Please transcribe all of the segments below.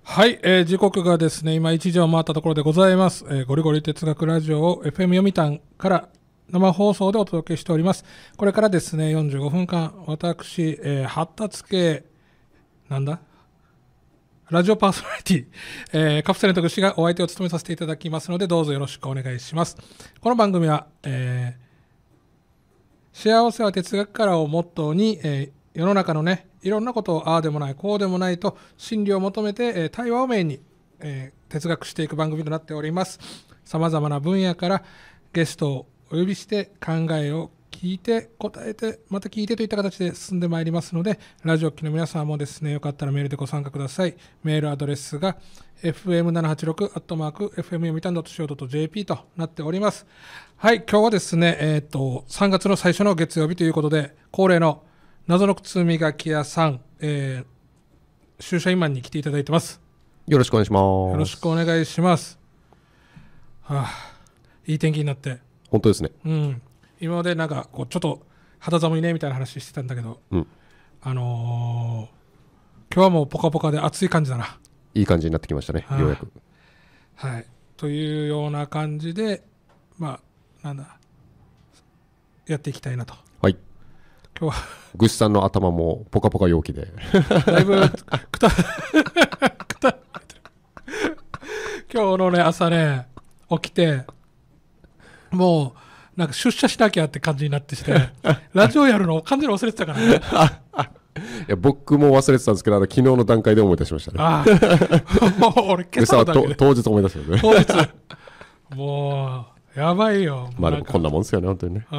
はい、時刻がですね今1時を回ったところでございます。ゴリゴリ哲学ラジオを FM 読谷から生放送でお届けしております。これからですね45分間私、発達系なんだラジオパーソナリティ、カプセルの徳志がお相手を務めさせていただきますのでどうぞよろしくお願いします。この番組は、幸せは哲学からをモットーに、世の中のねいろんなことをああでもないこうでもないと真理を求めて、対話をメインに、哲学していく番組となっております。さまざまな分野からゲストをお呼びして考えを聞いて答えてまた聞いてといった形で進んでまいりますので、ラジオ機の皆さんもですねよかったらメールでご参加ください。メールアドレスが fm786@fm読谷.co.jp となっております。はい、今日はですね3月の最初の月曜日ということで恒例の謎の靴磨き屋さん、シューシャインマンに来ていただいてます。 よろしくお願いします。 よろしくお願いします。いい天気になって本当ですね。 今までなんかこうちょっと肌寒いねみたいな話してたんだけど、今日はもうポカポカで暑い感じだな。 いい感じになってきましたね、ようやく。 はい、というような感じでなんだやっていきたいなと。 はい。 今日はぐっさんの頭もポカポカ陽気でだいぶくた今日のね朝ね起きてもうなんか出社しなきゃって感じになってしてラジオやるのを完全に忘れてたからねいや僕も忘れてたんですけど昨日の段階で思い出しましたね。 俺今朝の段階で当日思い出したよね。 当日もうやばいよ。 まあでもこんなもんですよね本当にね。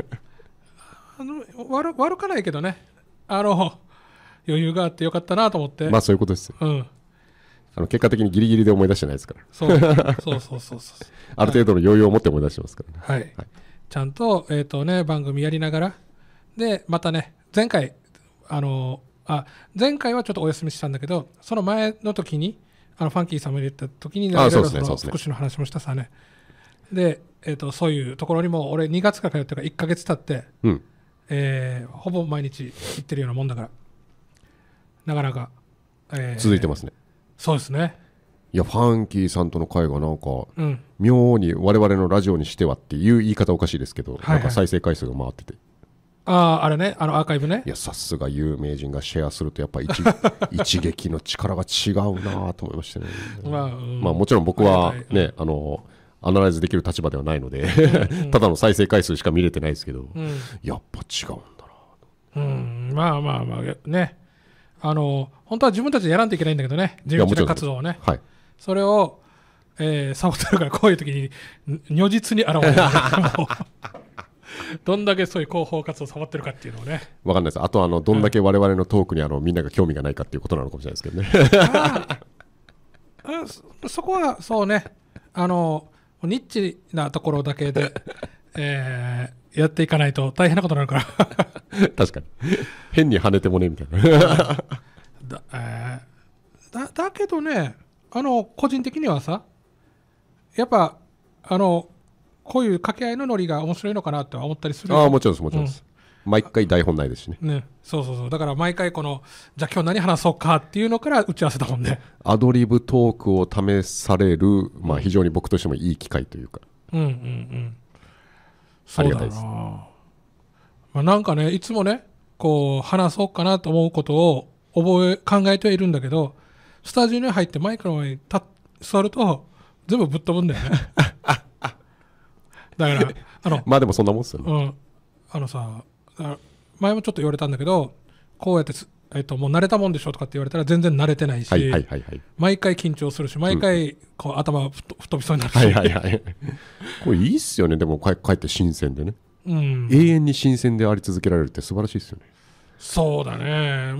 悪かないけどね余裕があってよかったなと思って。 まあそういうことですよ。結果的にギリギリで思い出してないですから。 そうある程度の余裕を持って思い出してますからね。はい。ちゃんと番組やりながらでまたね前回前回はちょっとお休みしたんだけどその前の時にファンキーさんも言った時にいろいろ福祉の話もしたさね。でそういうところにも俺2月から通ってから1ヶ月経って、ほぼ毎日行ってるようなもんだからなかなか、 続いてますね。 そうですね。 いやファンキーさんとの会がなんか、妙に我々のラジオにしてはっていう言い方おかしいですけど、なんか再生回数が回ってて、 あれねアーカイブね。 いやさすが有名人がシェアするとやっぱ一撃の力が違うなと思いましたね。まあもちろん僕はねアナライズできる立場ではないのでただの再生回数しか見れてないですけど、やっぱ違うんだな。 まあね本当は自分たちでやらんといけないんだけどね地道な活動をね、それを、サボってるからこういう時に如実に現れるどんだけそういう広報活動をサボってるかっていうのをね分かんないです。あとどんだけ我々のトークにみんなが興味がないかっていうことなのかもしれないですけどねそこはそうねニッチなところだけで、やっていかないと大変なことになるから確かに変に跳ねてもねみたいなだけどね個人的にはさやっぱこういう掛け合いのノリが面白いのかなって思ったりする。 もちろんですもちろんです、毎回台本ないですしね。 そうだから毎回じゃあ今日何話そうかっていうのから打ち合わせだもんね。 アドリブトークを試される、非常に僕としてもいい機会というか、ありがたいです。 なんかねいつもねこう話そうかなと思うことを考えてはいるんだけどスタジオに入ってマイクの前に座ると全部ぶっ飛ぶんだよねだからまあでもそんなもんですよね。 前もちょっと言われたんだけどこうやってもう慣れたもんでしょとかって言われたら全然慣れてないし、毎回緊張するし毎回こう頭吹っ飛びそうになるしこれいいっすよね。でも帰って新鮮でね、永遠に新鮮であり続けられるって素晴らしいですよね。そうだね。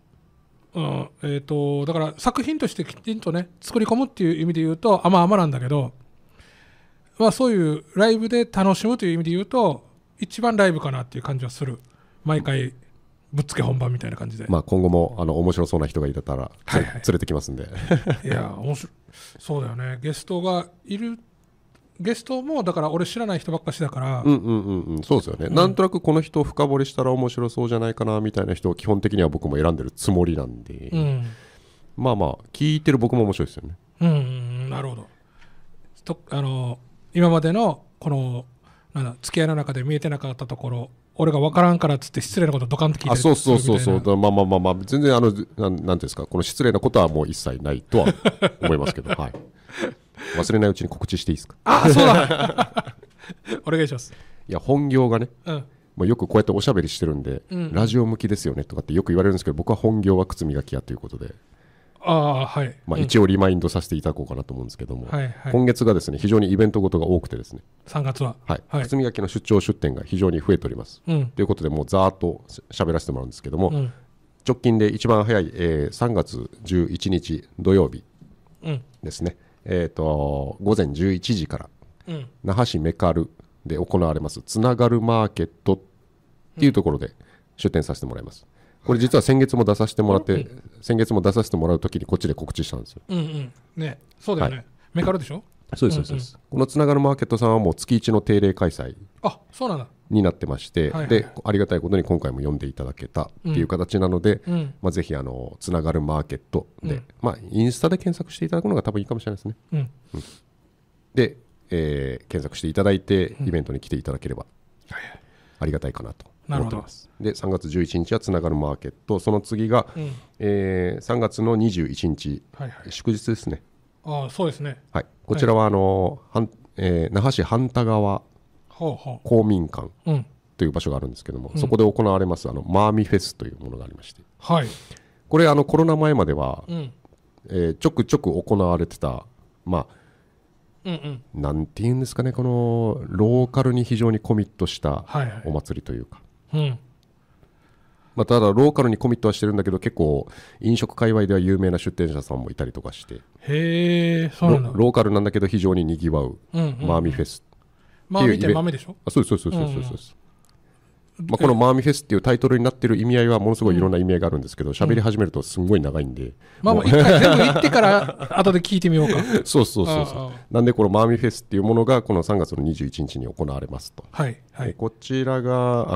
だから作品としてきちんとね作り込むっていう意味で言うと甘々なんだけど、そういうライブで楽しむという意味で言うと一番ライブかなっていう感じはする。毎回ぶっつけ本番みたいな感じで、 今後も面白そうな人がいたら連れてきますんでいや面白い。そうだよね。ゲストがいる。ゲストもだから俺知らない人ばっかしだからそうですよね、なんとなくこの人を深掘りしたら面白そうじゃないかなみたいな人を基本的には僕も選んでるつもりなんで、 まあまあ聞いてる僕も面白いですよね。 なるほど。今までのこの付き合いの中で見えてなかったところ、俺が分からんからっつって失礼なことドカンと聞いてる。 そうまあ全然なんていうんですか、この失礼なことはもう一切ないとは思いますけど、はい、忘れないうちに告知していいですか。 そうだお願いします。 いや本業がね、まあ、よくこうやっておしゃべりしてるんで、ラジオ向きですよねとかってよく言われるんですけど、僕は本業は靴磨き屋ということで、 はい、 まあ、一応リマインドさせていただこうかなと思うんですけども、今月がですね非常にイベントごとが多くてですね、 3月は、 靴磨きの出張出店が非常に増えております、ということでもうざーっと喋らせてもらうんですけども、直近で一番早い、3月11日土曜日ですね、午前11時から、那覇市メカルで行われますつながるマーケットっていうところで出店させてもらいます。これ実は先月も出させてもらって、先月も出させてもらうときにこっちで告知したんですよ。 ね、そうだよね、メカルでしょ。 そうですそうです、このつながるマーケットさんはもう月1の定例開催そうなんだになってまして、でありがたいことに今回も読んでいただけたっていう形なので、まあ、ぜひつながるマーケットで、まあ、インスタで検索していただくのが多分いいかもしれないですね。で、検索していただいてイベントに来ていただければありがたいかなと思ってます。で3月11日はつながるマーケット、その次が、3月の21日、祝日ですね。 そうですね、 こちらは那覇市半田川公民館という場所があるんですけども、そこで行われますマーミフェスというものがありまして、これコロナ前までは、ちょくちょく行われてた、まあなんていうんですかね、このローカルに非常にコミットしたお祭りというか、まあ、ただローカルにコミットはしてるんだけど、結構飲食界隈では有名な出店者さんもいたりとかして、 そうなんだ。 ローカルなんだけど非常ににぎわうマーミフェス。 マーミって豆でしょ。 そうです。まあ、このマーミフェスっていうタイトルになってる意味合いはものすごいいろんな意味合いがあるんですけど、喋り始めるとすんごい長いんで、 まあ一回全部言ってから後で聞いてみようか。 そうなんでこのマーミフェスっていうものがこの3月の21日に行われますと。こちらも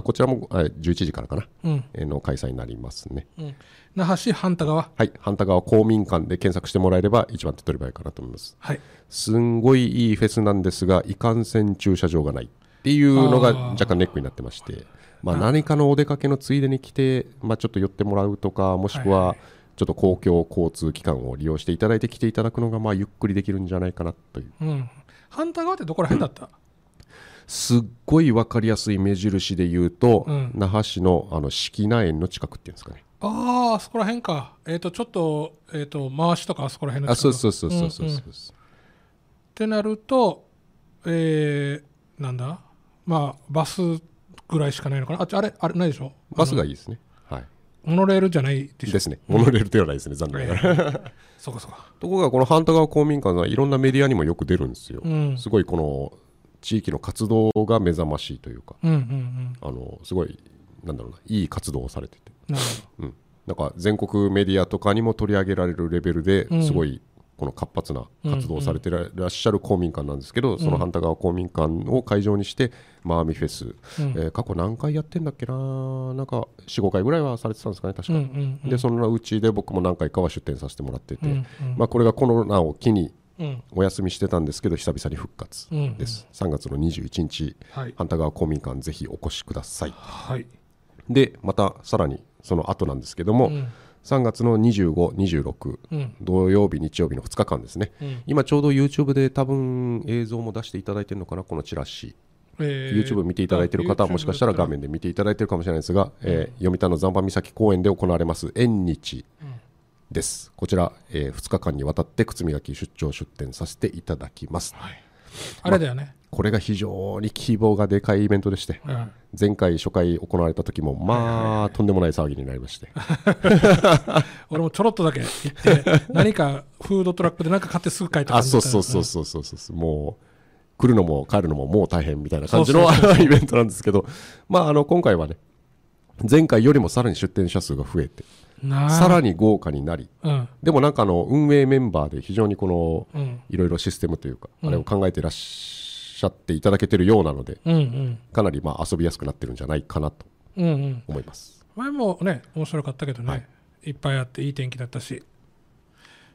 11時からかな、の開催になりますね。 那覇市半田川、 半田川公民館で検索してもらえれば一番手っ取り早いかなと思います。すんごいいいフェスなんですが、いかんせん駐車場がないっていうのが若干ネックになってまして、まあ、何かのお出かけのついでに来て、まあ、ちょっと寄ってもらうとか、もしくはちょっと公共交通機関を利用していただいて来ていただくのがまあゆっくりできるんじゃないかなという、 半田川ってどこら辺だった？ すっごい分かりやすい目印で言うと、那覇市の敷名園の近くっていうんですかね。 あそこら辺か。ちょっと、回しとかあそこら辺の近く。 そうってなると、なんだ、まあバスぐらいしかないのかな。あれないでしょ。 バスがいいですね。 モノレールじゃないでしょ。 ですね。モノレールではないですね、残念ながら。 そうか。 ところがこの半田川公民館はいろんなメディアにもよく出るんですよ。すごいこの地域の活動が目覚ましいというか、すごいなんだろうな、いい活動をされてて、なんか全国メディアとかにも取り上げられるレベルですごいこの活発な活動をされてらっしゃる公民館なんですけど、その半田川公民館を会場にしてマーミフェス、過去何回やってんだっけな、なんか 4,5 回ぐらいはされてたんですかね、確か。でそのうちで僕も何回かは出展させてもらってて、まあ、これがコロナを機にお休みしてたんですけど久々に復活です。3月の21日、半田川公民館ぜひお越しください。でまたさらにその後なんですけども、3月の25、26、土曜日日曜日の2日間ですね、今ちょうど YouTube で多分映像も出していただいてるのかな、このチラシ、YouTube 見ていただいている方はもしかしたら画面で見ていただいているかもしれないですが、読谷の残波岬公園で行われます縁日です。こちら、2日間にわたって靴磨き出張出展させていただきます。 あれだよね、 これが非常に規模がでかいイベントでして、前回初回行われた時もまあとんでもない騒ぎになりまして俺もちょろっとだけ行って何かフードトラックで何か買ってすぐ帰って感じだった。 そうもう来るのも帰るのももう大変みたいな感じのイベントなんですけど、まあ今回はね、前回よりもさらに出店者数が増えてさらに豪華になり、でもなんか運営メンバーで非常にこのいろいろシステムというか、あれを考えてらっしゃっていただけてるようなので、かなりまあ遊びやすくなってるんじゃないかなと思います。 前もね面白かったけどね、いっぱいあっていい天気だったし、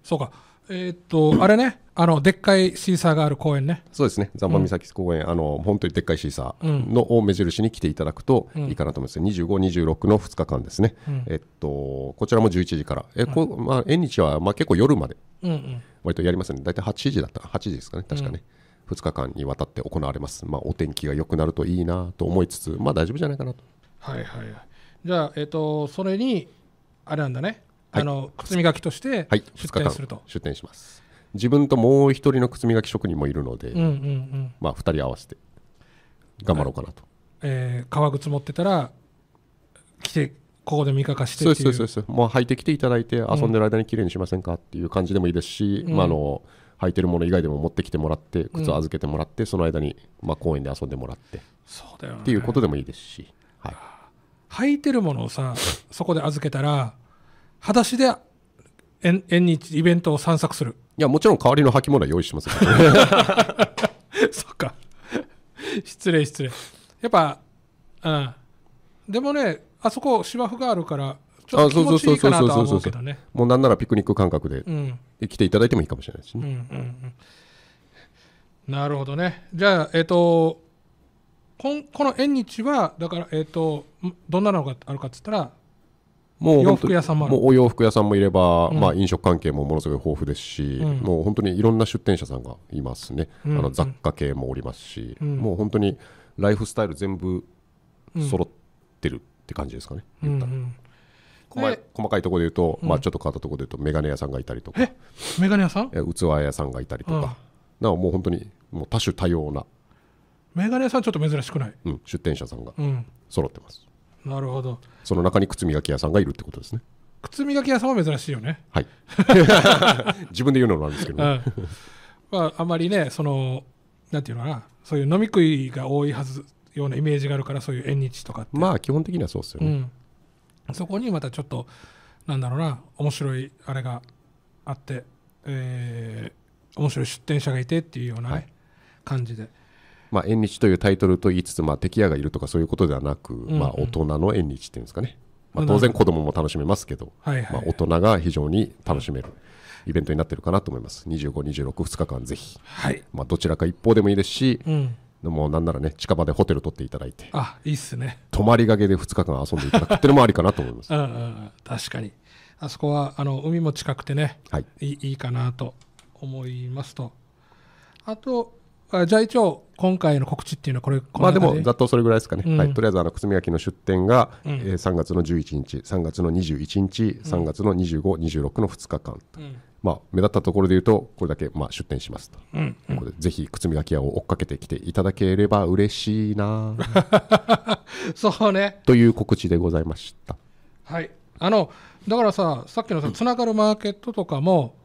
そうか。あれね、でっかいシーサーがある公園ね。 そうですね、残波岬公園、本当にでっかいシーサーのを目印に来ていただくといいかなと思います。25、26の2日間ですね。こちらも11時から、縁日は結構夜まで割とやりますね。大体8時だった8時ですかね、確かね。2日間にわたって行われます。お天気が良くなるといいなと思いつつ、大丈夫じゃないかなと。 はいはい。じゃあ、それに、あれなんだね。靴磨きとして出店すると、 出店します。自分ともう一人の靴磨き職人もいるので、2人合わせて頑張ろうかなと。 革靴持ってたら来てここで磨かしてっていう。 そうもう履いてきていただいて遊んでる間に綺麗にしませんかっていう感じでもいいですし、履いてるもの以外でも持ってきてもらって靴を預けてもらって、その間に公園で遊んでもらって、 そうだよね、 っていうことでもいいですし、 履いてるものをさそこで預けたら裸足で縁日イベントを散策する。 いやもちろん代わりの履物は用意してますそっか失礼やっぱ、でもねあそこ芝生があるからちょっと気持ちいいかなとは思うけどね。 もうなんならピクニック感覚で来ていただいてもいいかもしれないですね。 なるほどね。じゃあこの縁日はだからどんなのがあるかっつったらもう洋服屋さんもある。 もうお洋服屋さんもいれば、飲食関係もものすごい豊富ですし、もう本当にいろんな出店者さんがいますね。雑貨系もおりますし、もう本当にライフスタイル全部揃ってるって感じですかね。細かいところで言うと、ちょっと変わったところで言うとメガネ屋さんがいたりとか、 メガネ屋さん、 器屋さんがいたりとか、もう本当にもう多種多様なメガネ屋さんちょっと珍しくない？ 出店者さんが揃ってます。 なるほど。 その中に靴磨き屋さんがいるってことですね。 靴磨き屋さんは珍しいよね。 はい自分で言うのなんですけどね、 あまりねなんていうのかな、そういう飲み食いが多いはずようなイメージがあるから、そういう縁日とかって基本的にはそうですよね、 そこにまたちょっとなんだろうな、面白いあれがあって、面白い出店者がいてっていうような、感じで、 縁日というタイトルと言いつつ、敵屋がいるとかそういうことではなく、大人の縁日っていうんですかね、当然子供も楽しめますけど、大人が非常に楽しめるイベントになってるかなと思います。25、26、2日間ぜひ、どちらか一方でもいいですし、もうなんならね、近場でホテル取っていただいて、 いいっすね、 泊まりがけで2日間遊んでいただくっていうのもありかなと思います確かにあそこは海も近くてね、いいかなと思いますと。あとじゃあ一応今回の告知っていうのはこれでもざっとそれぐらいですかね、とりあえず靴磨きの出店が、3月の11日3月の21日3月の25、26の2日間、目立ったところでいうとこれだけ出店しますと、ぜひ靴磨き屋を追っかけてきていただければ嬉しいなそうねという告知でございました。 はい、だからさっきのつながるマーケットとかも、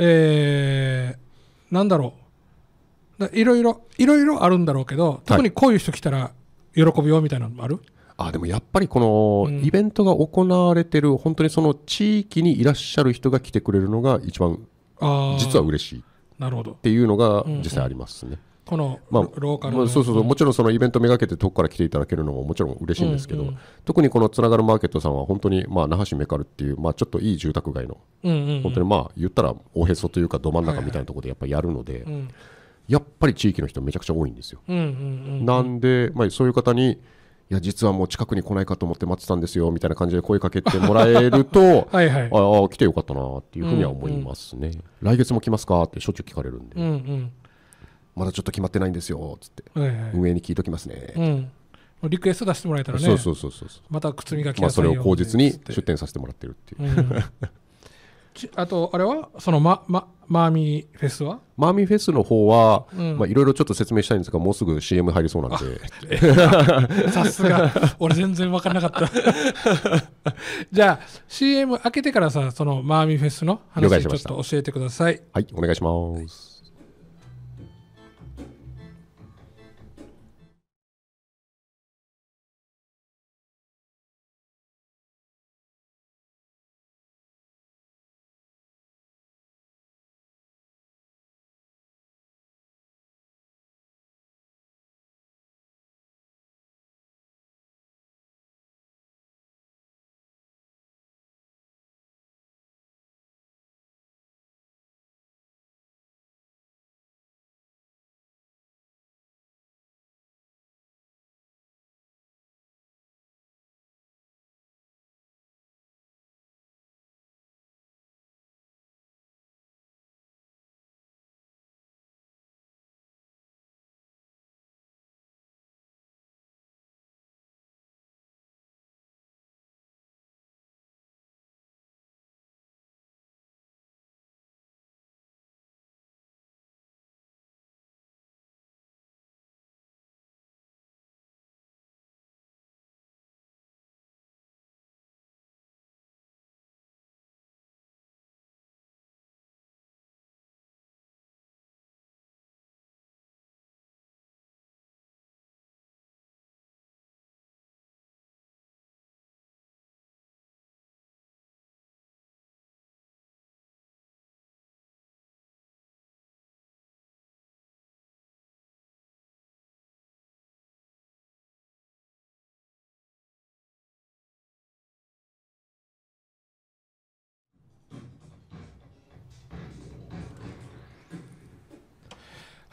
なんだろう、いろいろあるんだろうけど、特にこういう人来たら喜ぶよみたいなのもある？ でもやっぱりこのイベントが行われてる、本当にその地域にいらっしゃる人が来てくれるのが一番実は嬉しいっていうのが実際ありますね。 このローカルの、 そうもちろんそのイベントめがけて遠くから来ていただけるのももちろん嬉しいんですけど、特にこのつながるマーケットさんは本当に那覇市メカルっていうちょっといい住宅街の、本当に言ったらおへそというかど真ん中みたいなところでやっぱやるので、やっぱり地域の人めちゃくちゃ多いんですよ。なんで、そういう方にいや実はもう近くに来ないかと思って待ってたんですよみたいな感じで声かけてもらえると来てよかったなっていうふうには思いますね。来月も来ますかってしょっちゅう聞かれるんで、まだちょっと決まってないんですよつって、運営に聞いときますね、 リクエスト出してもらえたらね、また靴磨き屋さんそれを口実に出店させてもらってるっていう、 あとあれはそのマーミーフェスはマーミーフェスの方は、いろいろちょっと説明したいんですが、もうすぐ CM 入りそうなんでさすが俺全然分からなかったじゃあ CM 開けてからさ、そのマーミーフェスの話ちょっと教えてください。 はい、お願いします。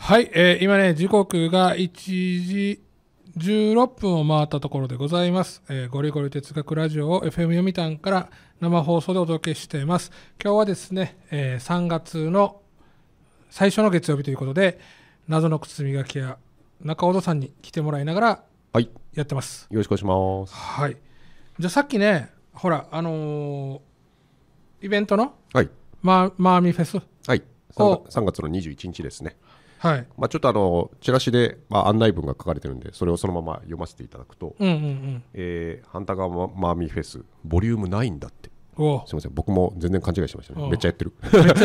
はい、今ね時刻が1時16分を回ったところでございます。ゴリゴリ哲学ラジオを FM 読谷から生放送でお届けしています。今日はですね、3月の最初の月曜日ということで、謎の靴磨き屋中尾戸さんに来てもらいながらやってます。 よろしくお願いします。 はい。じゃあさっきね、ほらイベントの、 はい、 マーミフェス、 はい、3月の21日ですね。 はい。 ちょっとチラシで、案内文が書かれてるんで、それをそのまま読ませていただくと、ハンタガーマーミーフェスボリューム9だって。すみません、僕も全然勘違いしましたね。めっちゃやってる。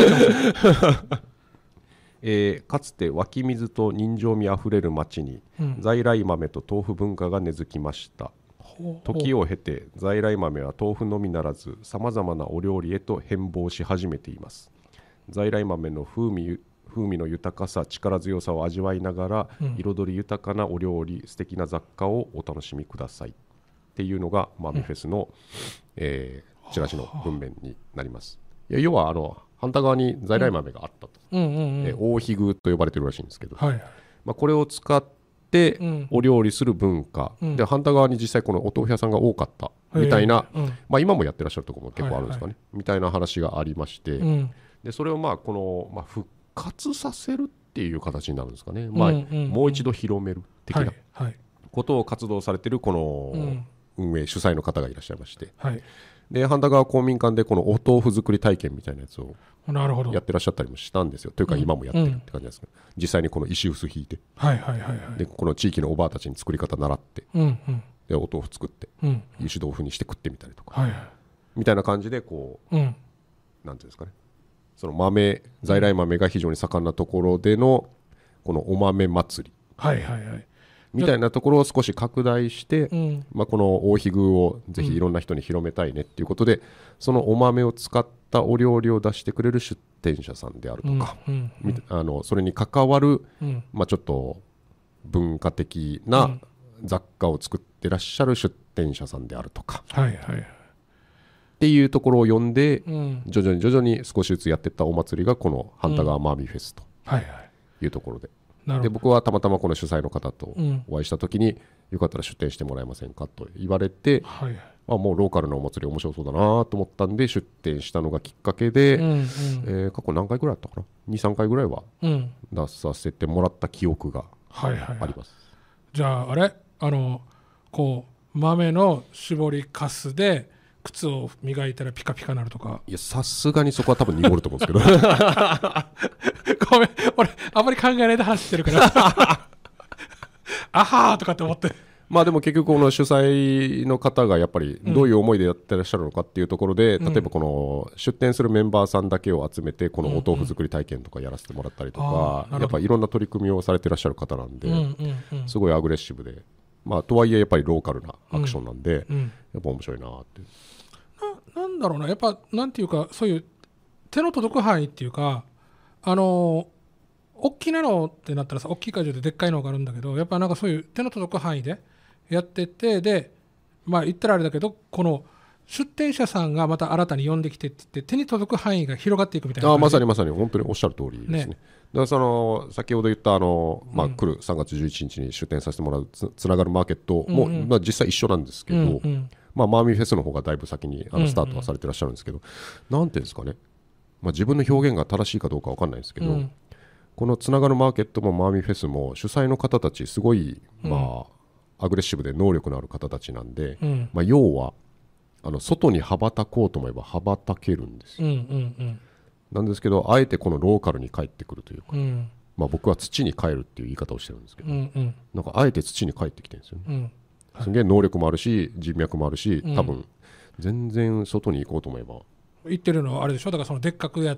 かつて湧き水と人情味あふれる町に、在来豆と豆腐文化が根付きました。時を経て在来豆は豆腐のみならずさまざまなお料理へと変貌し始めています。在来豆の風味の豊かさ、力強さを味わいながら、彩り豊かなお料理、素敵な雑貨をお楽しみくださいっていうのがマーミフェスの、チラシの文面になります。要は反対側に在来豆があったと、大ヒグと呼ばれてるらしいんですけど、これを使ってお料理する文化、で反対側に実際このお豆腐屋さんが多かったみたいな、今もやってらっしゃるところも結構あるんですかね、みたいな話がありまして、でそれをこの、復活させるっていう形になるんですかね、もう一度広める的なことを活動されているこの運営主催の方がいらっしゃいまして、で半田川公民館でこのお豆腐作り体験みたいなやつをやってらっしゃったりもしたんですよ。というか今もやってるって感じですけど、実際にこの石臼引いて、でこの地域のおばあたちに作り方習って、でお豆腐作って、油脂豆腐にして食ってみたりとか、みたいな感じでこう、なんていうんですかね、その在来豆が非常に盛んなところでのこのお豆祭り、みたいなところを少し拡大して、この大肥宮をぜひいろんな人に広めたいねっていうことで、そのお豆を使ったお料理を出してくれる出店者さんであるとか、それに関わる、ちょっと文化的な雑貨を作ってらっしゃる出店者さんであるとか、っていうところを呼んで、徐々に少しずつやっていったお祭りがこのハンタガーマーミーフェスというところで、で僕はたまたまこの主催の方とお会いした時に、よかったら出店してもらえませんかと言われて、もうローカルなお祭り面白そうだなと思ったんで出店したのがきっかけで、過去何回ぐらいあったかな、 2,3 回ぐらいは出させてもらった記憶があります。 じゃああれこう豆の絞りかすで靴を磨いたらピカピカなるとか。 いやさすがにそこは多分濁ると思うんですけどごめん、俺あんまり考えないで話してるからあはーとかって思って、 でも結局この主催の方がやっぱりどういう思いでやってらっしゃるのかっていうところで、例えばこの出店するメンバーさんだけを集めてこのお豆腐作り体験とかやらせてもらったりとか、やっぱいろんな取り組みをされてらっしゃる方なんで、すごいアグレッシブで、とはいえやっぱりローカルなアクションなんで、やっぱ面白いなって。 なんだろうな、やっぱなんていうか、そういう手の届く範囲っていうか、大きなのってなったらさ、大きい会場ででっかいのがあるんだけど、やっぱなんかそういう手の届く範囲でやってて、で言ったらあれだけど、この出店者さんがまた新たに呼んできてって言って手に届く範囲が広がっていくみたいな。 まさに本当におっしゃる通りですね。だからその先ほど言った来る3月11日に出店させてもらうつながるマーケットも、実際一緒なんですけど、マーミーフェスの方がだいぶ先にスタートはされてらっしゃるんですけど、なんていうんですかね、自分の表現が正しいかどうか分かんないんですけど、このつながるマーケットもマーミーフェスも主催の方たちすごい、アグレッシブで能力のある方たちなんで、要は外に羽ばたこうと思えば羽ばたけるんですよ。なんですけど、あえてこのローカルに帰ってくるというか、僕は土に帰るっていう言い方をしてるんですけど、なんかあえて土に帰ってきてるんですよね。すげえ能力もあるし人脈もあるし、多分全然外に行こうと思えば行ってるのはあれでしょ。だからそのでっかくやって、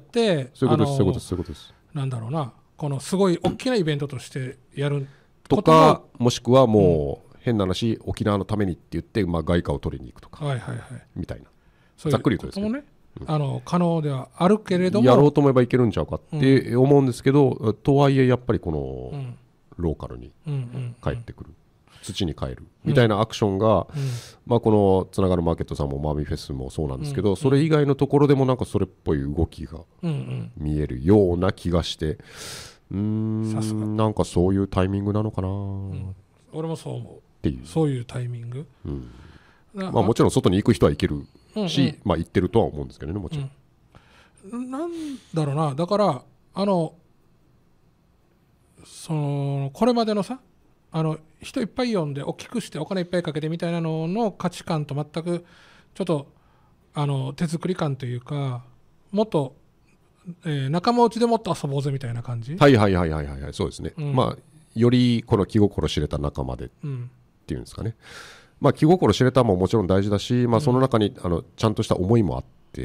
そういうことです。 なんだろうな、このすごい大きなイベントとしてやるとか、もしくはもう変な話、沖縄のためにって言って外貨を取りに行くとか、みたいな、ざっくり言うとですね、可能ではあるけれども、やろうと思えばいけるんちゃうかって思うんですけど、とはいえやっぱりこのローカルに帰ってくる、土に帰るみたいなアクションが、このつながるマーケットさんもマーミーフェスもそうなんですけど、それ以外のところでもなんかそれっぽい動きが見えるような気がして、 さすがなんかそういうタイミングなのかな、 俺もそう思うっていう、 そういうタイミング、 まあ、もちろん外に行く人は行けるし、まあ、行ってるとは思うんですけどね、もちろん、 なんだろうな、だからこれまでのさ人いっぱい呼んで大きくしてお金いっぱいかけてみたいなのの価値観と全くちょっと手作り感というか、もっと、仲間内でもっと遊ぼうぜみたいな感じ。 はいはいはいはいはい、そうですね、まあよりこの気心知れた仲間でっていうんですかね、まあ、気心知れたももちろん大事だし、まあ、その中にちゃんとした思いもあって、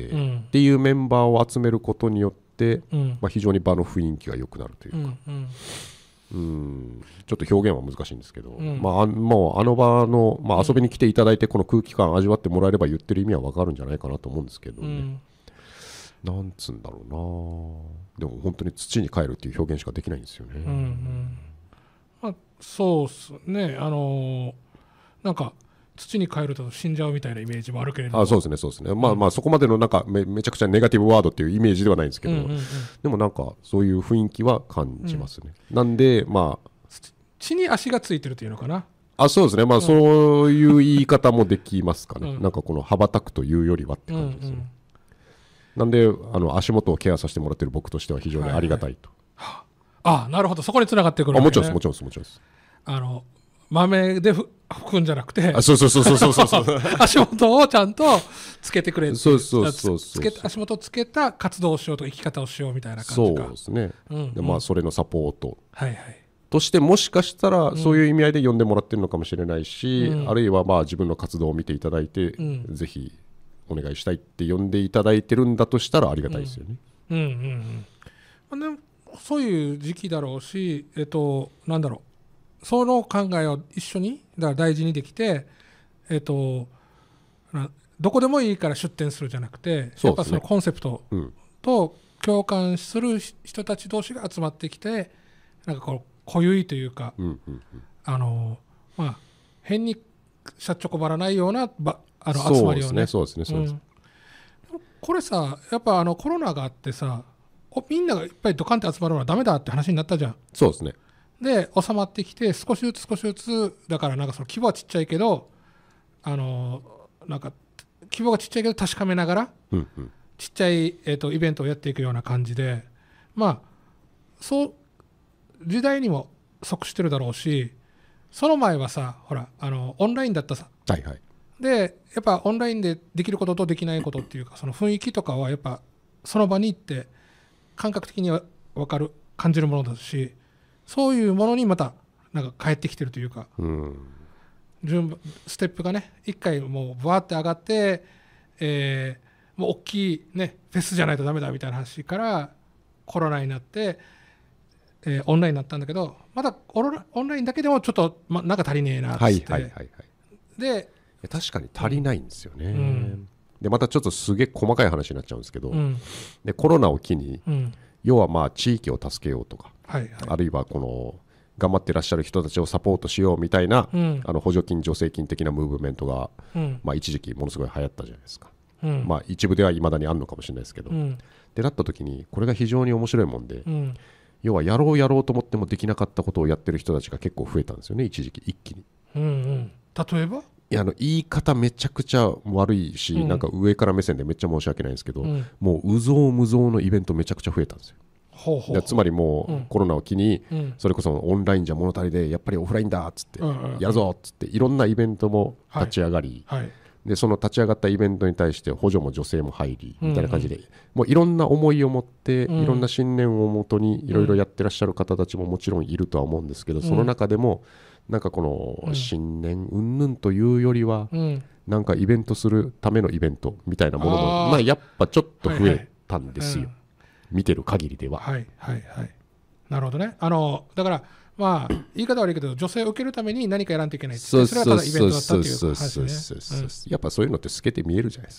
っていうメンバーを集めることによって、まあ、非常に場の雰囲気が良くなるというか、ちょっと表現は難しいんですけど、まあ、もうあの場の、まあ、遊びに来ていただいてこの空気感味わってもらえれば言ってる意味は分かるんじゃないかなと思うんですけどね、なんつうんだろうな、でも本当に土に帰るっていう表現しかできないんですよね。 まあ、そうっすね、なんか土に帰ると死んじゃうみたいなイメージもあるけれども、 そうですねそうですね、まあまあそこまでのなんか めちゃくちゃネガティブワードっていうイメージではないんですけど、でもなんかそういう雰囲気は感じますね、なんでまあ地に足がついてるというのかな、 そうですね、まあそういう言い方もできますかね、なんかこの羽ばたくというよりはって感じですね、なんで足元をケアさせてもらってる僕としては非常にありがたいと、 なるほど、そこに繋がってくるわけね。 もちろんですもちろんですもちろんです。 豆で拭くんじゃなくて、 そう足元をちゃんとつけてくれって、 そう足元をつけた活動をしようと生き方をしようみたいな感じか。 そうですね、でまあそれのサポートはいはいとしてもしかしたらそういう意味合いで呼んでもらってるのかもしれないし、あるいはまあ自分の活動を見ていただいて、ぜひお願いしたいって呼んでいただいてるんだとしたらありがたいですよね。 そういう時期だろうし、なんだろう、その考えを一緒にだから大事にできて、どこでもいいから出店するじゃなくて、やっぱそのコンセプトと共感する人たち同士が集まってきて、なんかこう濃ゆいというか、まあ変にしゃっちょこばらないような集まりをね。 そうですね。 これさ、やっぱコロナがあってさ、みんながいっぱいドカンって集まるのはダメだって話になったじゃん。 そうですね。 で収まってきて少しずつだから、なんかその規模はちっちゃいけど、なんか規模がちっちゃいけど確かめながら、ちっちゃい、イベントをやっていくような感じで、まあそう時代にも即してるだろうし、その前はさ、ほらオンラインだったさ、でやっぱオンラインでできることとできないことっていうか、その雰囲気とかはやっぱその場に行って感覚的には分かる感じるものだし、そういうものにまたなんか帰ってきてるというか、ステップがね一回もうバーって上がって、もう大きいねフェスじゃないとダメだみたいな話からコロナになって、オンラインになったんだけど、まだオンラインだけでもちょっと、なんか足りねえなって、で確かに足りないんですよね、でまたちょっとすげえ細かい話になっちゃうんですけど、でコロナを機に、要はまあ地域を助けようとか、あるいはこの頑張ってらっしゃる人たちをサポートしようみたいな、補助金助成金的なムーブメントが、まあ、一時期ものすごい流行ったじゃないですか、まあ、一部ではいまだにあるのかもしれないですけど、ってなった時にこれが非常に面白いもんで、要はやろうと思ってもできなかったことをやってる人たちが結構増えたんですよね、一時期一気に。 例えば言い方めちゃくちゃ悪いし、なんか上から目線でめっちゃ申し訳ないんですけど、もう有象無象のイベントめちゃくちゃ増えたんですよ。つまりもうコロナを機に、それこそオンラインじゃ物足りでやっぱりオフラインだっつって、やるぞっつっていろんなイベントも立ち上がり、でその立ち上がったイベントに対して補助も助成も入りみたいな感じで、もういろんな思いを持って、いろんな信念をもとにいろいろやってらっしゃる方たちももちろんいるとは思うんですけど、その中でもなんかこの信念云々というよりは、なんかイベントするためのイベントみたいなものもまあやっぱちょっと増えたんですよ、見てる限りでは。 なるほどね。だからまあ言い方悪いけど、女性を受けるために何かやらんといけないって、それはただイベントだったっていう話ね。 やっぱそういうのって透けて見えるじゃないですか。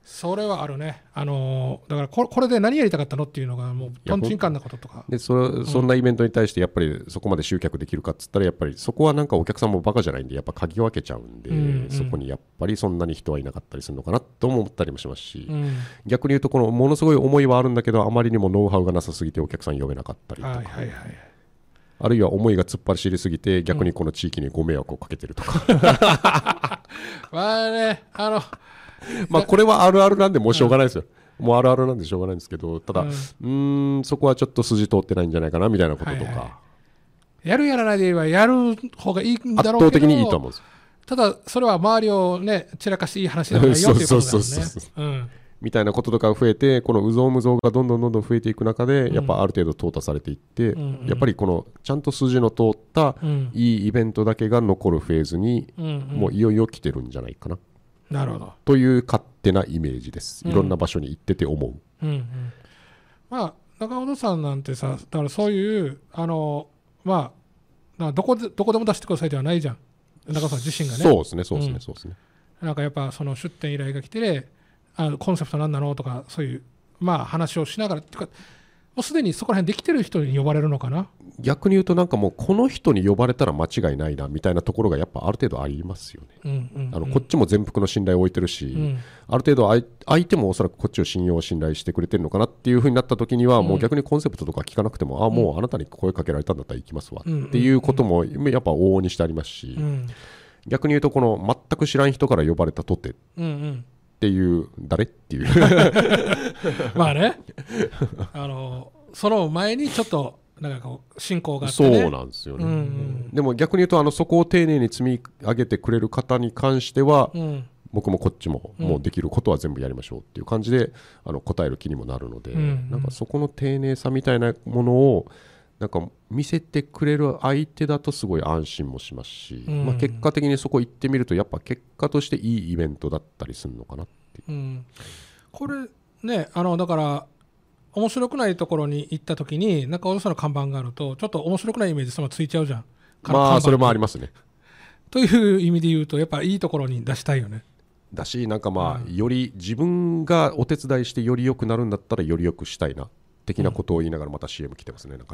それはあるね。だからこれで何やりたかったのっていうのがもうとんちんかんなこととか。 でそんなイベントに対してやっぱりそこまで集客できるかっつったらやっぱりそこはなんかお客さんもバカじゃないんでやっぱ嗅ぎ分けちゃうんで、そこにやっぱりそんなに人はいなかったりするのかなと思ったりもしますし、逆に言うとこのものすごい思いはあるんだけどあまりにもノウハウがなさすぎてお客さん呼べなかったりとか、あるいは思いが突っ走りすぎて逆にこの地域にご迷惑をかけてるとか、 まあねまあこれはあるあるなんでもうしょうがないですよ、もうあるあるなんでしょうがないんですけど、ただ、そこはちょっと筋通ってないんじゃないかなみたいなこととか、 やるやらないで言えばやる方がいいんだろうけど、 圧倒的にいいと思うんです。 ただそれは周りをね散らかしていい話ではないよっていうことだよね。 みたいなこととか増えて、このうぞうむぞうがどんどん増えていく中で、やっぱある程度淘汰されていって、やっぱりこのちゃんと筋の通ったいいイベントだけが残るフェーズに、もういよいよ来てるんじゃないかな。 なるほど。 という勝手なイメージです。いろんな場所に行ってて思う。 まあ中本さんなんてさ、だからそういうまあどこでも出してくださいではないじゃん。中本さん自身がね。 そうですね。 なんかやっぱその出店依頼が来て、コンセプト何なのとかそういうまあ話をしながらっていうか、もうすでにそこら辺できてる人に呼ばれるのかな。 逆に言うとなんかもうこの人に呼ばれたら間違いないなみたいなところがやっぱある程度ありますよね。こっちも全幅の信頼を置いてるし、ある程度相手もおそらくこっちを信頼してくれてるのかなっていう風になった時には、もう逆にコンセプトとか聞かなくても、もうあなたに声かけられたんだったら行きますわっていうこともやっぱ往々にしてありますし、逆に言うとこの全く知らん人から呼ばれたとてっていう誰っていうまあねその前にちょっとなんかこう進行があってね。 そうなんですよね、でも逆に言うとそこを丁寧に積み上げてくれる方に関しては、僕もこっちももうできることは全部やりましょうっていう感じで答える気にもなるので、なんかそこの丁寧さみたいなものをなんか見せてくれる相手だとすごい安心もしますし、結果的にそこ行ってみるとやっぱ結果としていいイベントだったりするのかなっていう、 これねだから面白くないところに行った時に中尾さんの看板があるとちょっと面白くないイメージそのついちゃうじゃん。 まあそれもありますね。 という意味で言うとやっぱいいところに出したいよね。 だしなんかより自分がお手伝いしてより良くなるんだったらより良くしたいな的なことを言いながらまた CM 来てますね。なんか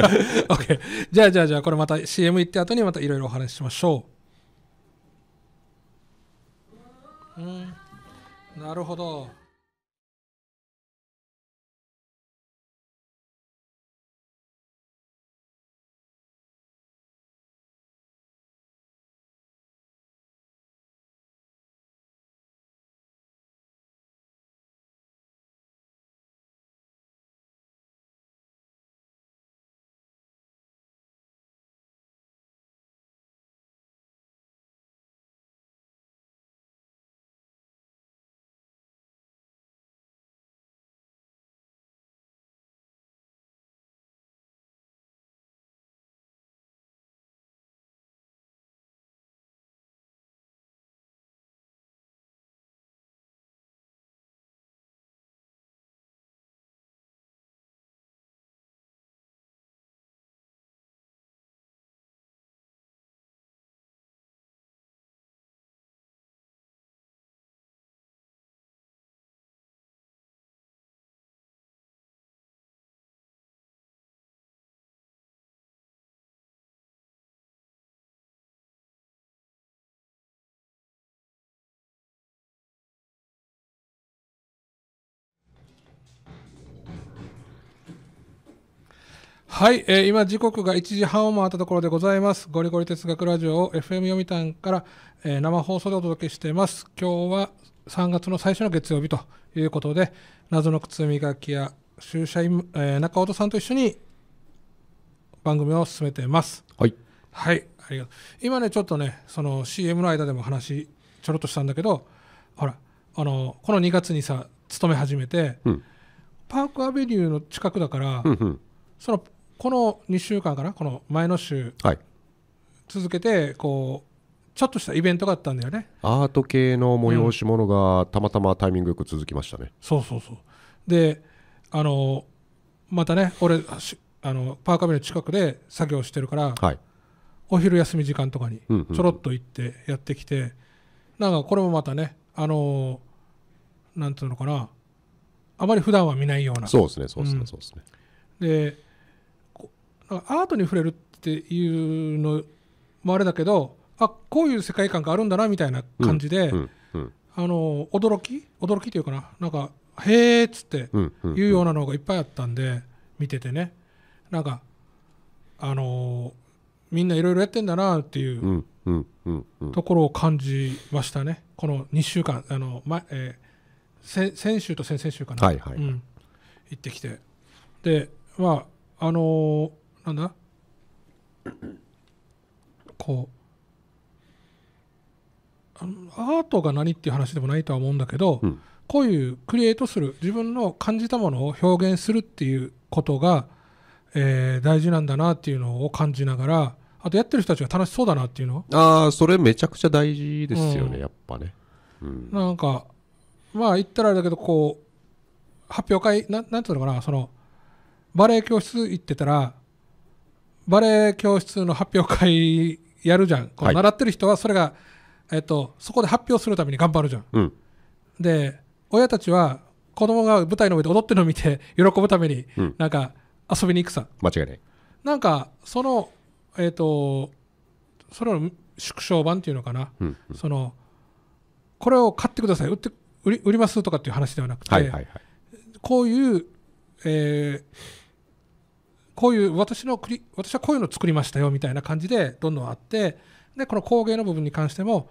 OK じゃあこれまた CM 行って後にまたいろいろお話ししましょう。なるほど。はい、今時刻が1時半を回ったところでございます。ゴリゴリ哲学ラジオを FM 読谷から、生放送でお届けしています。今日は3月の最初の月曜日ということで、謎の靴磨きや駐車員、中尾さんと一緒に番組を進めています。 はい、 はい、ありがとう。今ねちょっとねその CM の間でも話ちょろっとしたんだけど、ほらこの2月にさ勤め始めて、パークアベニューの近くだから、この2週間かな、この前の週、続けてこうちょっとしたイベントがあったんだよね。 アート系の催し物がたまたまタイミングよく続きましたね。 そうでまたね俺パークアベニュー近くで作業してるから、お昼休み時間とかにちょろっと行ってやってきて、なんかこれもまたねなんていうのかな、あまり普段は見ないような。 そうですねそうですね、そうですね。 でアートに触れるっていうのもあれだけど、こういう世界観があるんだなみたいな感じで、驚きっていうかな、なんかへーっつっていうようなのがいっぱいあったんで、見ててね、なんかみんないろいろやってんだなっていうところを感じましたね。この2週間先週と先々週かな、 はいはい、 行ってきて、でまあなんだこうアートが何っていう話でもないとは思うんだけど、こういうクリエイトする、自分の感じたものを表現するっていうことが、大事なんだなっていうのを感じながら、あとやってる人たちが楽しそうだなっていうの、 それめちゃくちゃ大事ですよね、やっぱね。 なんかまあ言ったらあれだけど、こう発表会なんていうのかな、そのバレエ教室行ってたら、バレエ教室の発表会やるじゃん。こう習ってる人はそれが、そこで発表するために頑張るじゃん。で親たちは子供が舞台の上で踊ってるのを見て喜ぶために、なんか遊びに行くさ。 間違いない。 なんかそのそれの縮小版っていうのかな、そのこれを買ってください、売りますとかっていう話ではなくて、こういう、私はこういうのを作りましたよみたいな感じでどんどんあって、でこの工芸の部分に関しても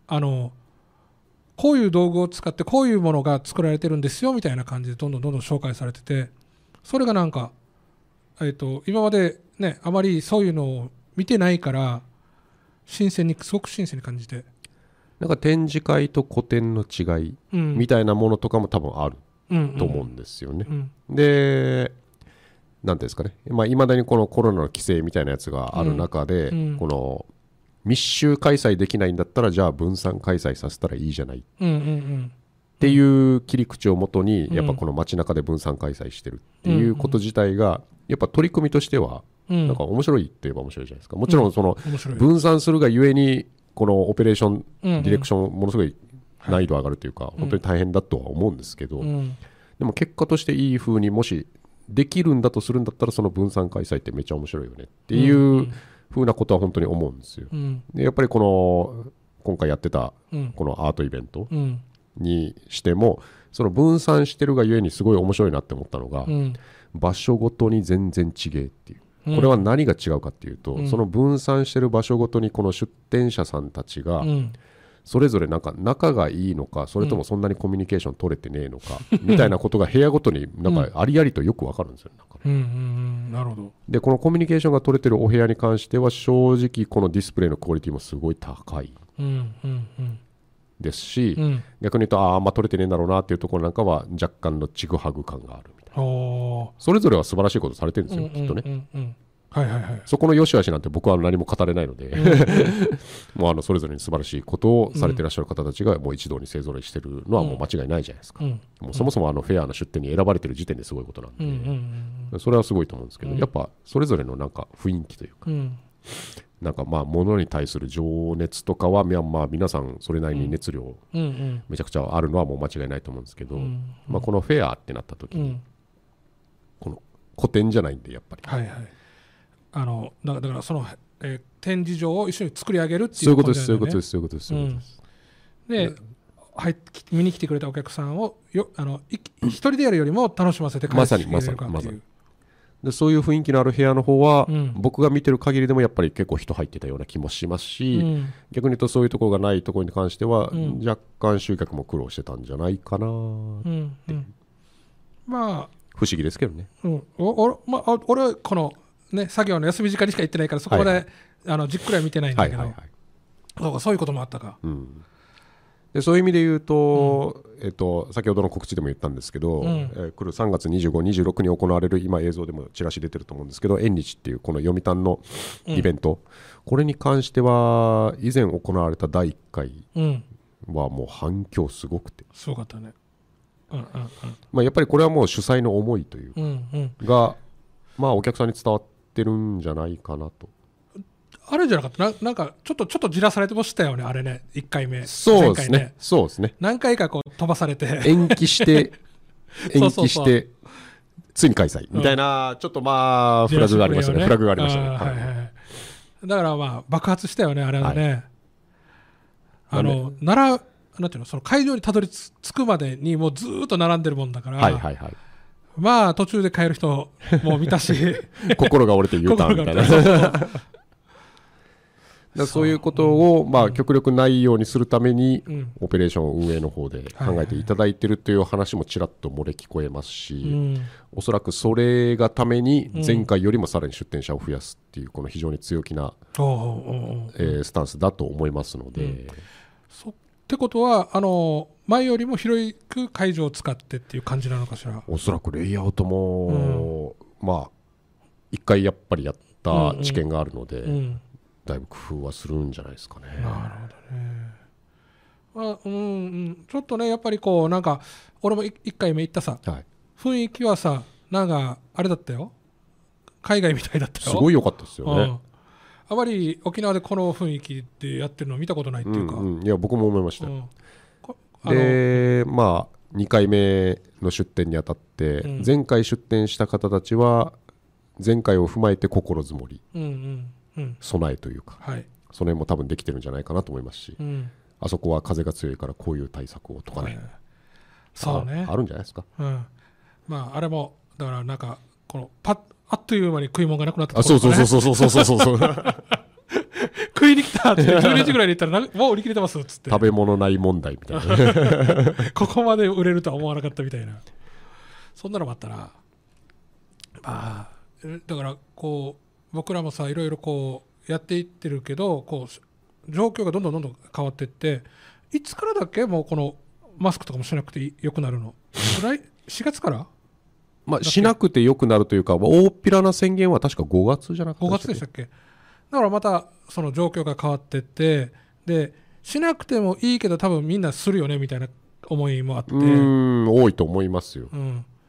こういう道具を使ってこういうものが作られてるんですよみたいな感じでどんどん紹介されてて、それがなんか、今までねあまりそういうのを見てないからすごく新鮮に感じて、 なんか展示会と個展の違いみたいなものとかも多分あると思うんですよね。でなんていうんですかね、いまだにこのコロナの規制みたいなやつがある中で、この密集開催できないんだったらじゃあ分散開催させたらいいじゃないっていう切り口をもとに、やっぱこの街中で分散開催してるっていうこと自体がやっぱ取り組みとしてはなんか面白いって言えば面白いじゃないですか。もちろんその分散するがゆえにこのオペレーションディレクションものすごい難易度上がるというか、本当に大変だとは思うんですけど、でも結果としていい風にもしできるんだとするんだったら、その分散開催ってめっちゃ面白いよねっていう風なことは本当に思うんですよ。でやっぱりこの今回やってたこのアートイベントにしても、その分散してるがゆえにすごい面白いなって思ったのが、場所ごとに全然違えっていう。これは何が違うかっていうと、その分散してる場所ごとにこの出店者さんたちがそれぞれなんか仲がいいのか、それともそんなにコミュニケーション取れてねえのかみたいなことが部屋ごとになんかありありとよくわかるんですよ。 なるほど。 でこのコミュニケーションが取れてるお部屋に関しては正直このディスプレイのクオリティもすごい高いですし、逆に言うとあんま取れてねえんだろうなっていうところなんかは若干のちぐはぐ感があるみたいな。それぞれは素晴らしいことされてるんですよ、きっとね。そこの良し悪しなんて僕は何も語れないのでもうそれぞれに素晴らしいことをされていらっしゃる方たちがもう一堂に勢ぞろいしてるのはもう間違いないじゃないですか。もうそもそもフェアな出店に選ばれてる時点ですごいことなんで、それはすごいと思うんですけど、やっぱそれぞれのなんか雰囲気というか、なんかまあ物に対する情熱とかはまあ皆さんそれなりに熱量めちゃくちゃあるのはもう間違いないと思うんですけど、まあこのフェアってなった時にこの古典じゃないんで、やっぱりだからその、展示場を一緒に作り上げるっていうことですね。そういうことです、そういうことです、そういうことです。で見に来てくれたお客さんを一人でやるよりも楽しませて帰ってきてくれるかっていう、 でそういう雰囲気のある部屋の方は、僕が見てる限りでもやっぱり結構人入ってたような気もしますし、逆に言うとそういうところがないところに関しては、若干集客も苦労してたんじゃないかなって、まあ不思議ですけどね。 俺はこのね、作業の休み時間にしか行ってないからそこまで、じっくりは見てないんだけど、そういうこともあったか。 でそういう意味で言うと、先ほどの告知でも言ったんですけど、来る3月25、26に行われる、今映像でもチラシ出てると思うんですけど、縁日っていうこの読谷のイベント、これに関しては以前行われた第1回はもう反響すごくて、 すごかったね。 やっぱりこれはもう主催の思いというか、がまあお客さんに伝わってるんじゃないかなと。 あれじゃなかったなんかちょっとじらされてましたよねあれね1回目そうですねそうですね何回かこう飛ばされて延期してついに開催みたいな、ちょっとまあフラグがありましたね。フラグがありましたね。はいはい、 だからまあ爆発したよねあれはね、はい、なんていうのその会場にたどり着くまでにもうずっと並んでるもんだから、はいはいはい、まあ途中で帰る人も見たし心が折れて U ターンみたいなそういうことをまあ極力ないようにするためにオペレーション運営の方で考えていただいているという話もちらっと漏れ聞こえますし、おそらくそれがために前回よりもさらに出店者を増やすっていうこの非常に強気なスタンスだと思いますので、 ってことは前よりも広く会場を使ってっていう感じなのかしら。 おそらくレイアウトもまあ一回やっぱりやった知見があるので、だいぶ工夫はするんじゃないですかね。 なるほどね。ちょっとねやっぱりこうなんか俺も1回目行ったさ、はい、雰囲気はさなんかあれだったよ、海外みたいだったよ。 すごい良かったですよね。 あまり沖縄でこの雰囲気でやってるのを見たことないっていうか、 いや僕も思いましたよ。でまあ2回目の出店にあたって、前回出店した方たちは前回を踏まえて心づもり、備えというか、はい、その辺も多分できてるんじゃないかなと思いますし、あそこは風が強いからこういう対策をとかね、 そうね、 あるんじゃないですか。 まああれもだからなんかこのあっという間に食い物がなくなったところ、ね、そう食いに来たって12時ぐらいに行ったらもう売り切れてますっつって食べ物ない問題みたいなここまで売れるとは思わなかったみたいな、そんなのもあったな。まあだからこう僕らもさいろいろこうやっていってるけどこう状況がどんどん変わっていって、いつからだっけもうこのマスクとかもしなくてよくなるの4月からまあしなくてよくなるというか大っぴらな宣言は確か5月じゃなかった 5月でしたっけ。だからまたその状況が変わっていってでしなくてもいいけど多分みんなするよねみたいな思いもあって多いと思いますよ。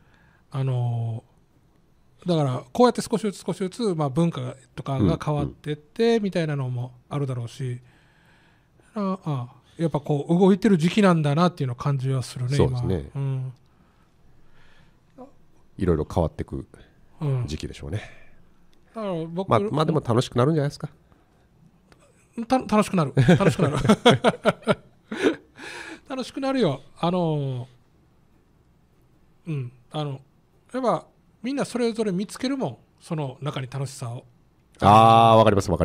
だからこうやって少しずつ、まあ、文化とかが変わっていってみたいなのもあるだろうし、やっぱこう動いてる時期なんだなっていうのを感じはするね。 そうですね、いろいろ変わっていく時期でしょうね。だから僕まあでも楽しくなるんじゃないですか。 楽しくなる楽しくなるよ。やっぱみんなそれぞれ見つけるもん、その中に楽しさを。 わかりますはい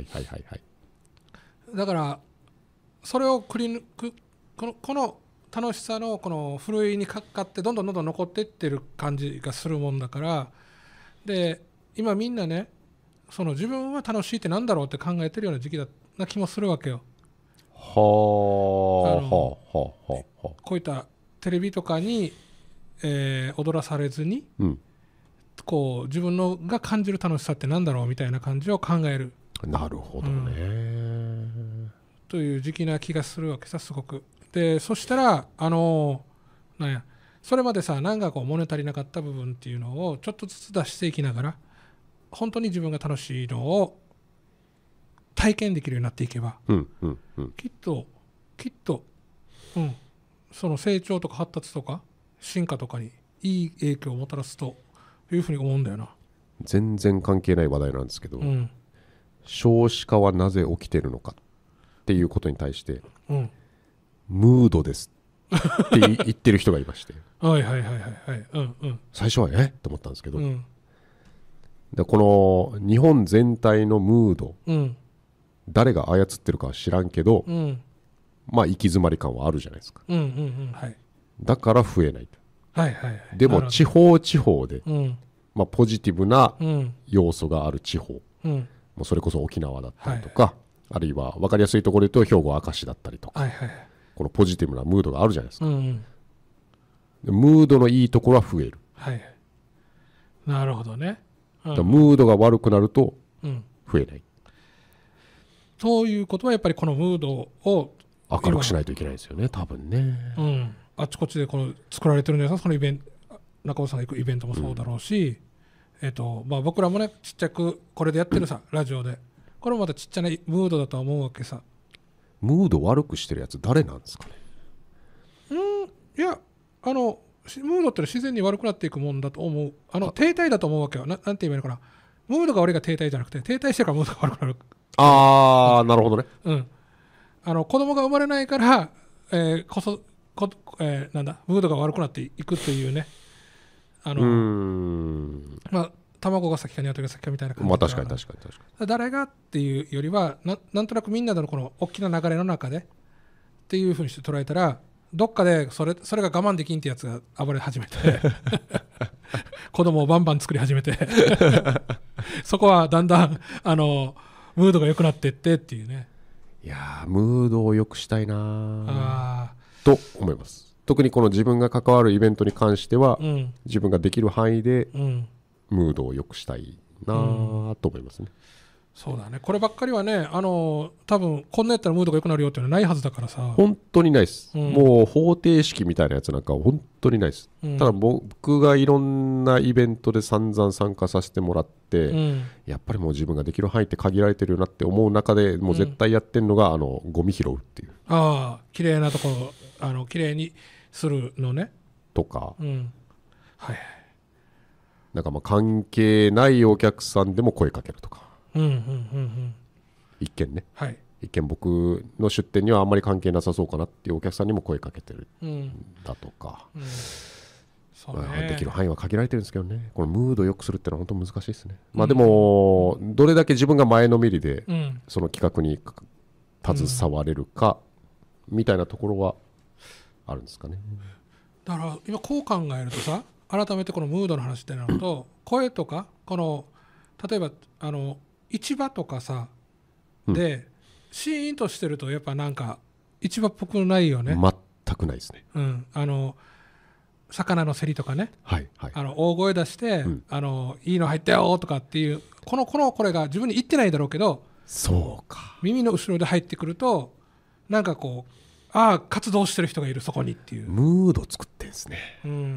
だからそれをくり抜くこの楽しさのこのふるいにかかってどんどん残っていってる感じがするもんだから、で今みんなねその自分は楽しいってなんだろうって考えてるような時期だな気もするわけよ。こういったテレビとかに、踊らされずに、こう自分のが感じる楽しさってなんだろうみたいな感じを考える。 なるほどね、 という時期な気がするわけさすごく。でそしたらなんやそれまでさなんかこう物足りなかった部分っていうのをちょっとずつ出していきながら本当に自分が楽しいのを体験できるようになっていけば、きっと、その成長とか発達とか進化とかにいい影響をもたらすというふうに思うんだよな。 全然関係ない話題なんですけど、少子化はなぜ起きてるのかっていうことに対して、ムードですって言ってる人がいまして最初はと思ったんですけど、でこの日本全体のムード、誰が操ってるかは知らんけど、まあ行き詰まり感はあるじゃないですか、だから増えない、でも地方で、まあ、ポジティブな要素がある地方、もうそれこそ沖縄だったりとか、あるいは分かりやすいところで言うと兵庫明石だったりとか、このポジティブなムードがあるじゃないですか、ムードのいいところは増える、 なるほどね、 ムードが悪くなると増えない、 そういうことはやっぱりこのムードを明るくしないといけないですよね多分ね、 あちこちでこの作られてるんじゃないですか。そのイベント中尾さんが行くイベントもそうだろうし、まあ、僕らもねちっちゃくこれでやってるさ、ラジオでここれもまたちっちゃなムードだとは思うわけさ。 ムード悪くしてるやつ誰なんですかね。 いやムードって自然に悪くなっていくもんだと思う。停滞だと思うわけよ。なんて言えばいいのかな。ムードが悪いが停滞じゃなくて、停滞してるからムードが悪くなる。 ああ、なるほどね。 子供が生まれないから、なんだムードが悪くなっていくというね。まあ卵が先か鶏が先かみたいな感じで。 まあ確かに誰がっていうよりはなんとなくみんなのこの大きな流れの中でっていうふうにして捉えたら、どっかでそれが我慢できんってやつが暴れ始めて子供をバンバン作り始めてそこはだんだんムードが良くなっていってっていうね。 いやー、ムードを良くしたいなと思います。特にこの自分が関わるイベントに関しては、自分ができる範囲でムードを良くしたいなと思いますね。 そうだね。こればっかりはね、多分こんなやったらムードが良くなるよっていうのはないはずだからさ。 本当にないです、もう方程式みたいなやつなんかは本当にないです、ただ僕がいろんなイベントで散々参加させてもらって、やっぱりもう自分ができる範囲って限られてるよなって思う中でもう絶対やってるのが、ゴミ拾うっていう。 綺麗なところ綺麗にするのねとか、 はい、 なんかまあ関係ないお客さんでも声かけるとか、一見ね、一見僕の出店にはあんまり関係なさそうかなっていうお客さんにも声かけてるだとか、できる範囲は限られてるんですけどね。このムードを良くするってのは本当難しいですね。まあでもどれだけ自分が前のめりでその企画に携われるかみたいなところはあるんですかね。 だから今こう考えるとさ、改めてこのムードの話ってなると、声とかこの例えば市場とかさでシーンとしてるとやっぱなんか市場っぽくないよね。 全くないですね。 魚の競りとかね、大声出して、いいの入ったよとかっていうこれが自分に言ってないだろうけど、 そうか、 耳の後ろで入ってくるとなんかこう活動してる人がいるそこにっていうムード作ってんですね。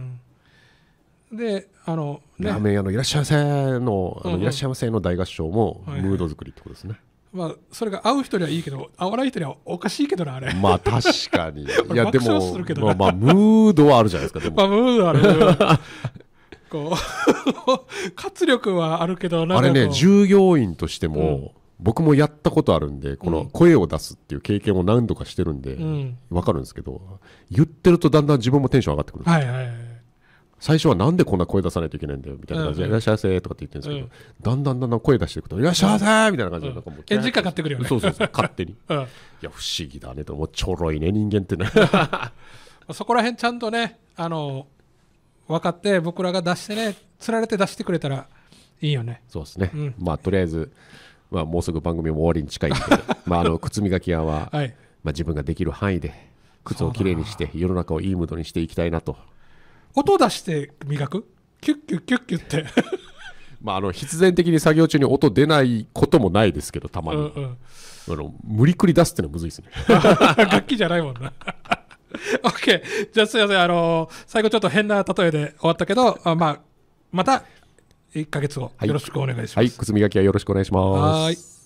でラーメン屋のいらっしゃいませの、いらっしゃいませの大合唱もムード作りってことですね。 まあそれが合う人にはいいけど合わない人にはおかしいけどなあれ。 まあ確かに。いやでもまあムードはあるじゃないですか。でもムードある。こう活力はあるけどあれね、従業員としても、僕もやったことあるんで、この声を出すっていう経験を何度かしてるんで分かるんですけど、言ってるとだんだん自分もテンション上がってくるんですよ。最初はなんでこんな声出さないといけないんだよみたいな感じで、いらっしゃいませとかって言ってるんですけど、だんだん声出していくといらっしゃいませみたいな感じでなんかもうエンジンかかってくるよね。 そう勝手に。いや不思議だねと、もうちょろいね人間ってね。 そこら辺ちゃんとね分かって僕らが出してね、つられて出してくれたらいいよね。 そうですね。まあとりあえずもうすぐ番組も終わりに近いんで、靴磨き屋は自分ができる範囲で靴をきれいにして世の中をいいムードにしていきたいなと。 音出して磨く？キュッキュッキュッキュッって必然的に作業中に音出ないこともないですけど、たまに、無理くり出すってのはむずいですね。 楽器じゃないもんな。OK、 じゃあすいません、最後ちょっと変な例えで終わったけど、また1ヶ月後よろしくお願いします。 靴磨きはよろしくお願いします。